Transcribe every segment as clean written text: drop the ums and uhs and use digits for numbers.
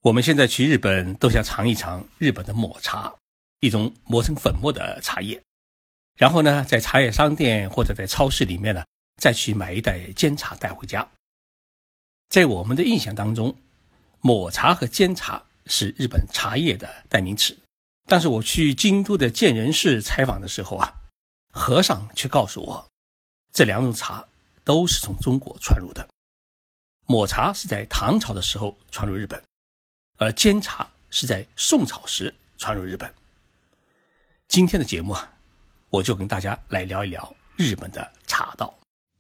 我们现在去日本都想尝一尝日本的抹茶，一种磨成粉末的茶叶。然后呢，在茶叶商店或者在超市里面呢，再去买一袋煎茶带回家。在我们的印象当中，抹茶和煎茶是日本茶叶的代名词。但是我去京都的建仁寺采访的时候啊，和尚却告诉我，这两种茶都是从中国传入的。抹茶是在唐朝的时候传入日本，而煎茶是在宋朝时传入日本。今天的节目啊，我就跟大家来聊一聊日本的茶道。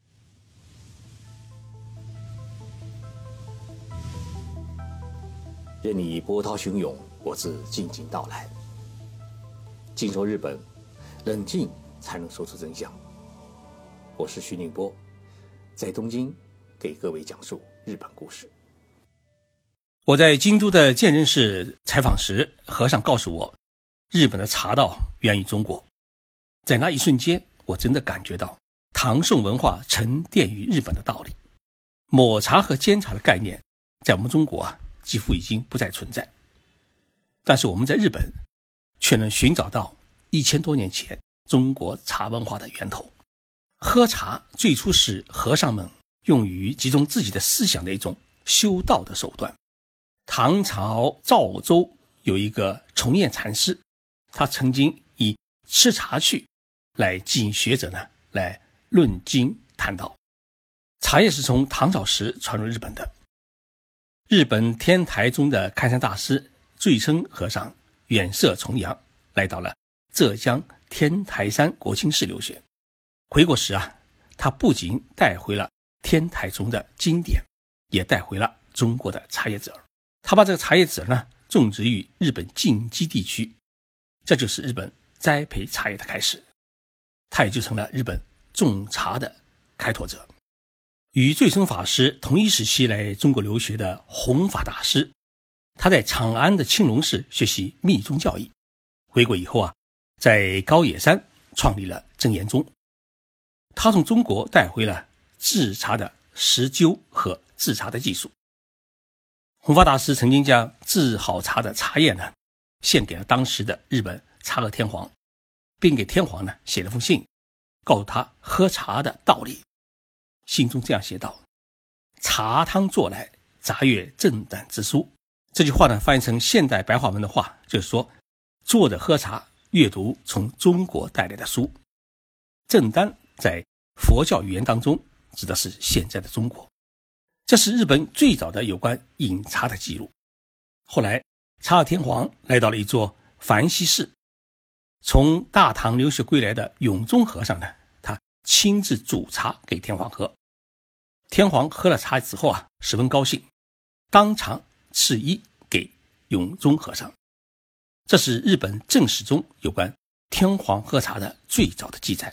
任你波涛汹涌，我自静静到来。静说日本，冷静才能说出真相。我是徐宁波，在东京给各位讲述日本故事。 我在京都的建仁寺采访时，和尚告诉我，日本的茶道源于中国。在那一瞬间，我真的感觉到唐宋文化沉淀于日本的道理。抹茶和煎茶的概念在我们中国啊，几乎已经不再存在。但是我们在日本却能寻找到1000多年前中国茶文化的源头。喝茶最初是和尚们用于集中自己的思想的一种修道的手段。唐朝赵州有一个崇彦禅师，他曾经以吃茶去来吸引学者呢来论经谈道。茶叶是从唐朝时传入日本的。日本天台宗的开山大师最澄和尚远涉重洋，来到了浙江天台山国清寺留学。回国时啊，他不仅带回了天台宗的经典，也带回了中国的茶叶籽儿。他把这个茶叶籽儿呢种植于日本近畿地区，这就是日本栽培茶叶的开始。他也就成了日本种茶的开拓者。与最澄法师同一时期来中国留学的弘法大师，他在长安的青龙寺学习密宗教义，回国以后啊，在高野山创立了真言宗。他从中国带回了制茶的石臼和制茶的技术。弘法大师曾经将制好茶的茶叶呢献给了当时的日本嵯峨天皇，并给天皇呢写了封信，告诉他喝茶的道理。信中这样写道：茶汤做来，杂阅正胆之书。这句话呢翻译成现代白话文的话，就是说坐着喝茶，阅读从中国带来的书。正丹在佛教语言当中指的是现在的中国。这是日本最早的有关饮茶的记录。后来嵯峨天皇来到了一座梵西寺，从大唐留学归来的永宗和尚呢，他亲自煮茶给天皇喝。天皇喝了茶之后啊，十分高兴，当场赐衣给永宗和尚。这是日本正史中有关天皇喝茶的最早的记载。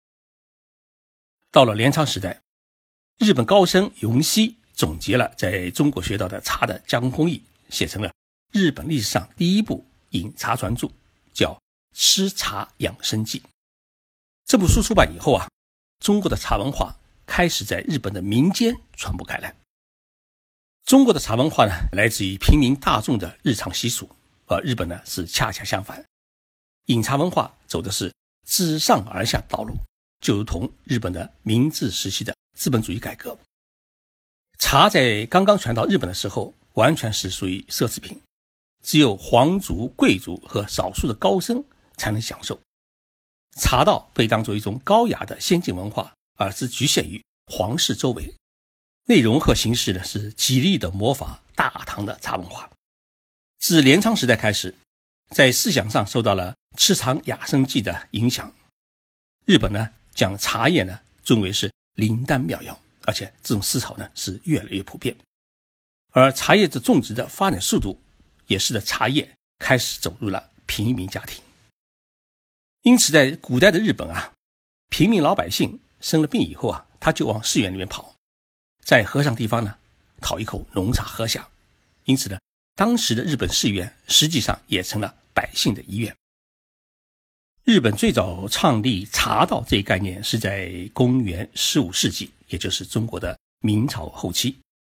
到了镰仓时代，日本高僧永熙总结了在中国学到的茶的加工工艺，写成了日本历史上第一部饮茶专著，叫《吃茶养生记》。这部书出版以后啊，中国的茶文化开始在日本的民间传播开来。中国的茶文化呢，来自于平民大众的日常习俗，而日本呢是恰恰相反。饮茶文化走的是自上而下道路，就如同日本的明治时期的资本主义改革。茶在刚刚传到日本的时候，完全是属于奢侈品，只有皇族、贵族和少数的高僧才能享受。茶道被当作一种高雅的先进文化，而是局限于皇室周围。内容和形式呢，是极力的模仿大唐的茶文化。自镰仓时代开始，在思想上受到了吃茶养生记的影响。日本呢，将茶叶呢尊为是灵丹妙药，而且这种思潮呢是越来越普遍。而茶叶的种植的发展速度，也使得茶叶开始走入了平民家庭。因此在古代的日本啊，平民老百姓生了病以后啊，他就往寺院里面跑，在和尚地方呢讨一口浓茶喝下。因此呢，当时的日本寺院实际上也成了百姓的医院。日本最早创立茶道这一概念是在公元15世纪，也就是中国的明朝后期。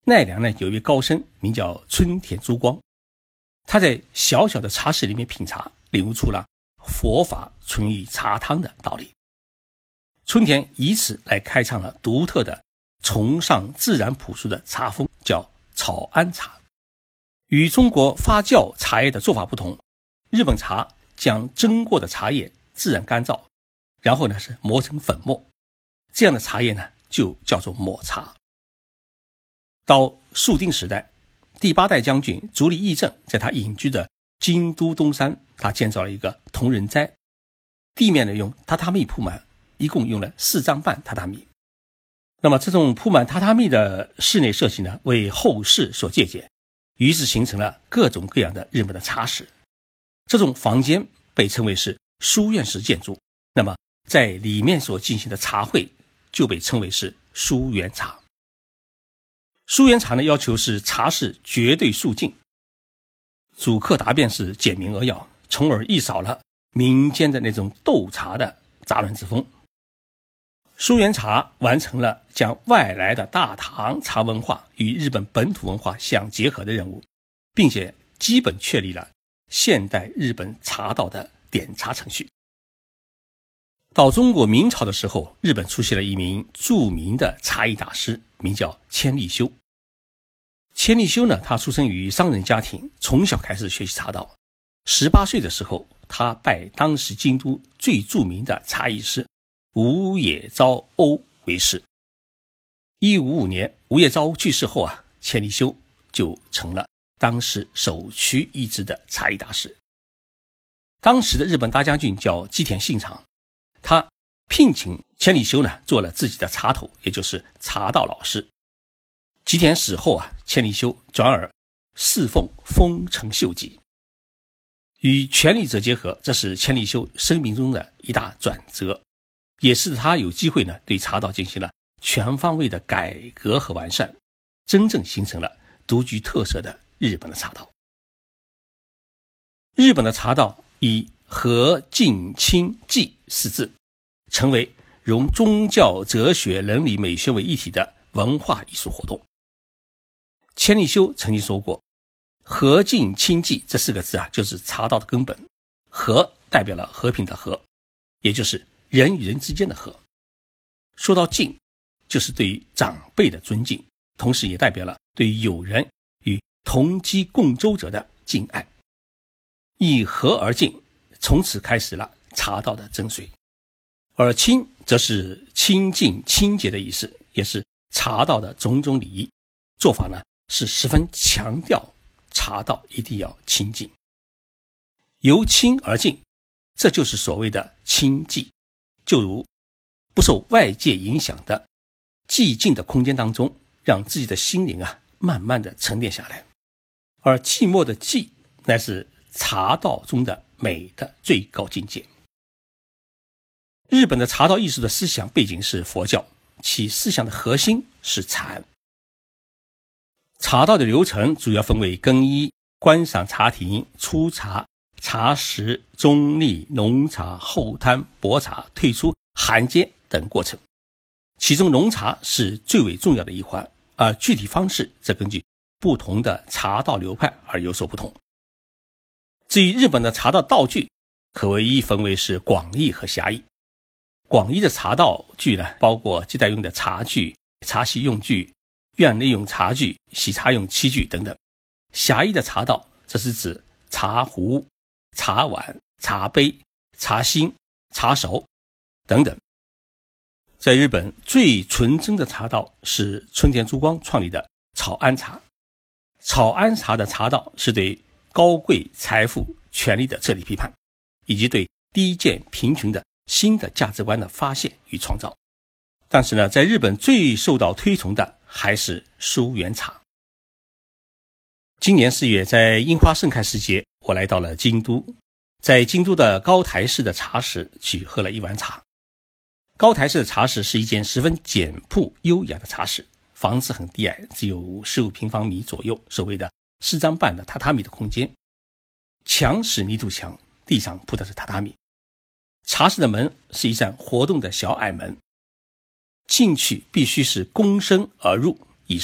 奈良呢有一位高僧名叫春田珠光，他在小小的茶室里面品茶，领悟出了佛法存于茶汤的道理。春田以此来开创了独特的崇尚自然朴素的茶风，叫草庵茶。与中国发酵茶叶的做法不同，日本茶将蒸过的茶叶自然干燥，然后呢是磨成粉末，这样的茶叶呢就叫做抹茶。到肃定时代，第8代将军足利义政在他隐居的京都东山，他建造了一个同仁斋，地面呢用榻榻米铺满，一共用了4张半榻榻米。那么这种铺满榻榻米的室内设计呢，为后世所借鉴，于是形成了各种各样的日本的茶室。这种房间被称为是书院式建筑，那么在里面所进行的茶会就被称为是书园茶。书园茶呢，要求是茶室绝对肃静，主客答辩是简明扼要，从而一扫了民间的那种斗茶的杂乱之风。书园茶完成了将外来的大唐茶文化与日本本土文化相结合的任务，并且基本确立了现代日本茶道的点茶程序。到中国明朝的时候，日本出现了一名著名的茶艺大师，名叫千利休。千利休呢，他出生于商人家庭，从小开始学习茶道。18岁的时候，他拜当时京都最著名的茶艺师吴野昭欧为师。1555年，吴野昭欧去世后千利休就成了当时首屈一指的茶艺大师。当时的日本大将军叫吉田信长，他聘请千利休呢做了自己的茶头，也就是茶道老师。吉田死后千利休转而侍奉丰臣秀吉，与权力者结合，这是千利休生命中的一大转折，也是他有机会呢对茶道进行了全方位的改革和完善，真正形成了独具特色的日本的茶道。日本的茶道以和敬清寂4字，成为融宗教、哲学、伦理、美学为一体的文化艺术活动。千利休曾经说过，和敬清寂这4个字就是茶道的根本。和代表了和平的和，也就是人与人之间的和。说到敬，就是对于长辈的尊敬，同时也代表了对于友人与同机共舟者的敬爱。以和而敬，从此开始了茶道的精髓。而清则是清净清洁的意思，也是茶道的种种礼仪做法呢，是十分强调茶道一定要清净。由清而净，这就是所谓的清寂，就如不受外界影响的寂静的空间当中，让自己的心灵慢慢的沉淀下来。而寂寞的寂，乃是茶道中的美的最高境界。日本的茶道艺术的思想背景是佛教，其思想的核心是禅。茶道的流程主要分为更衣、观赏茶庭、出茶、茶食、中立、浓茶、后摊、薄茶、退出、寒阶等过程。其中浓茶是最为重要的一环，而具体方式则根据不同的茶道流派而有所不同。至于日本的茶道道具，可谓一分为是广义和狭义。广义的茶道具呢，包括接待用的茶具、茶席用具、院内用茶具、洗茶用器具等等。狭义的茶道则是指茶壶、茶碗、茶杯、茶芯、茶手等等。在日本最纯真的茶道是春田珠光创立的草庵茶。草庵茶的茶道是对高贵、财富、权力的彻底批判，以及对低贱、贫穷的新的价值观的发现与创造。但是呢，在日本最受到推崇的还是书园茶。今年4月，在樱花盛开时节，我来到了京都，在京都的高台寺的茶室去喝了一碗茶。高台寺的茶室是一间十分简朴优雅的茶室，房子很低矮，只有15平方米左右，所谓的4张半的榻榻米的空间。墙是泥土墙，地上铺的是榻榻米。茶室的门是一扇活动的小矮门，进去必须是躬身而入，以示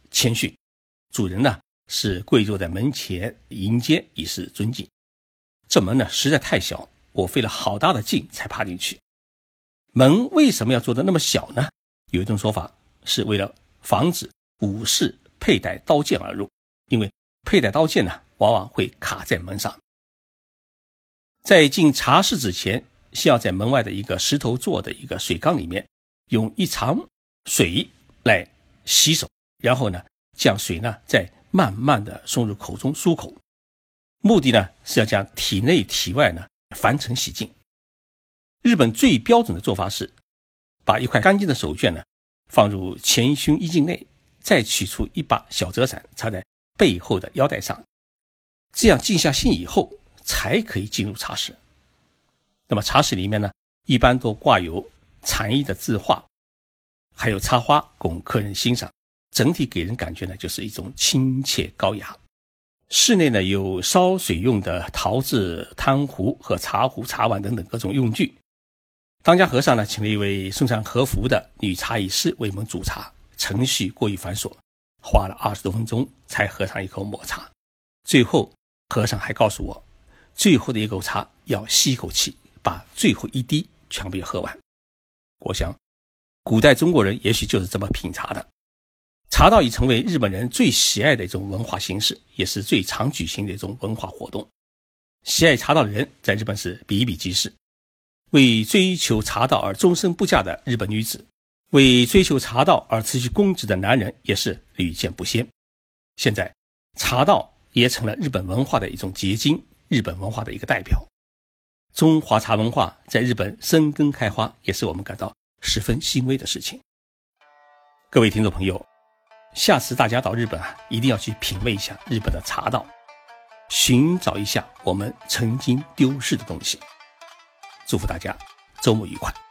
谦逊，主人呢是跪坐在门前迎接以示尊敬。这门呢实在太小，我费了好大的劲才爬进去。门为什么要做得那么小呢？有一种说法是为了防止武士佩戴刀剑而入，因为佩戴刀剑呢往往会卡在门上。在进茶室之前，先要在门外的一个石头做的一个水缸里面用一长水来洗手，然后呢将水呢再慢慢的送入口中漱口，目的呢是要将体内体外呢凡尘洗净。日本最标准的做法是把一块干净的手绢呢放入前胸衣襟内，再取出一把小折伞插在背后的腰带上，这样静下心以后才可以进入茶室。那么茶室里面呢一般都挂有禅意的字画，还有插花供客人欣赏，整体给人感觉呢就是一种亲切高雅。室内呢有烧水用的陶制汤壶和茶壶、茶碗等等各种用具。当家和尚呢请了一位身穿和服的女茶艺师为我们煮茶，程序过于繁琐，花了20多分钟才喝上一口抹茶。最后和尚还告诉我，最后的一口茶要吸一口气，把最后一滴全部要喝完。我想古代中国人也许就是这么品茶的。茶道已成为日本人最喜爱的一种文化形式，也是最常举行的一种文化活动。喜爱茶道的人在日本是比比皆是，为追求茶道而终身不嫁的日本女子，为追求茶道而辞去公职的男人也是屡见不鲜。现在茶道也成了日本文化的一种结晶，日本文化的一个代表。中华茶文化在日本生根开花，也是我们感到十分欣慰的事情。各位听众朋友，下次大家到日本一定要去品味一下日本的茶道，寻找一下我们曾经丢失的东西。祝福大家周末愉快。